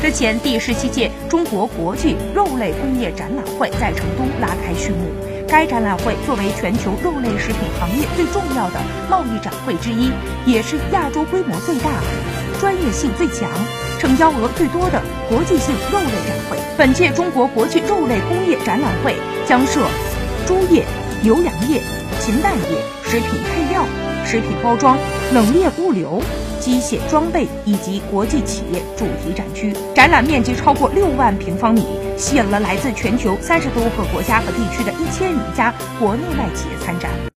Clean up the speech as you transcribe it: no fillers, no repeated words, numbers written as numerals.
日前，第17届中国国际肉类工业展览会在成都拉开序幕。该展览会作为全球肉类食品行业最重要的贸易展会之一，也是亚洲规模最大、专业性最强、成交额最多的国际性肉类展会。本届中国国际肉类工业展览会将涉猪业、牛羊业、禽蛋业、食品配料、食品包装、冷链物流、机械装备以及国际企业主题展区，展览面积超过6万平方米，吸引了来自全球30多个国家和地区的1000余家国内外企业参展。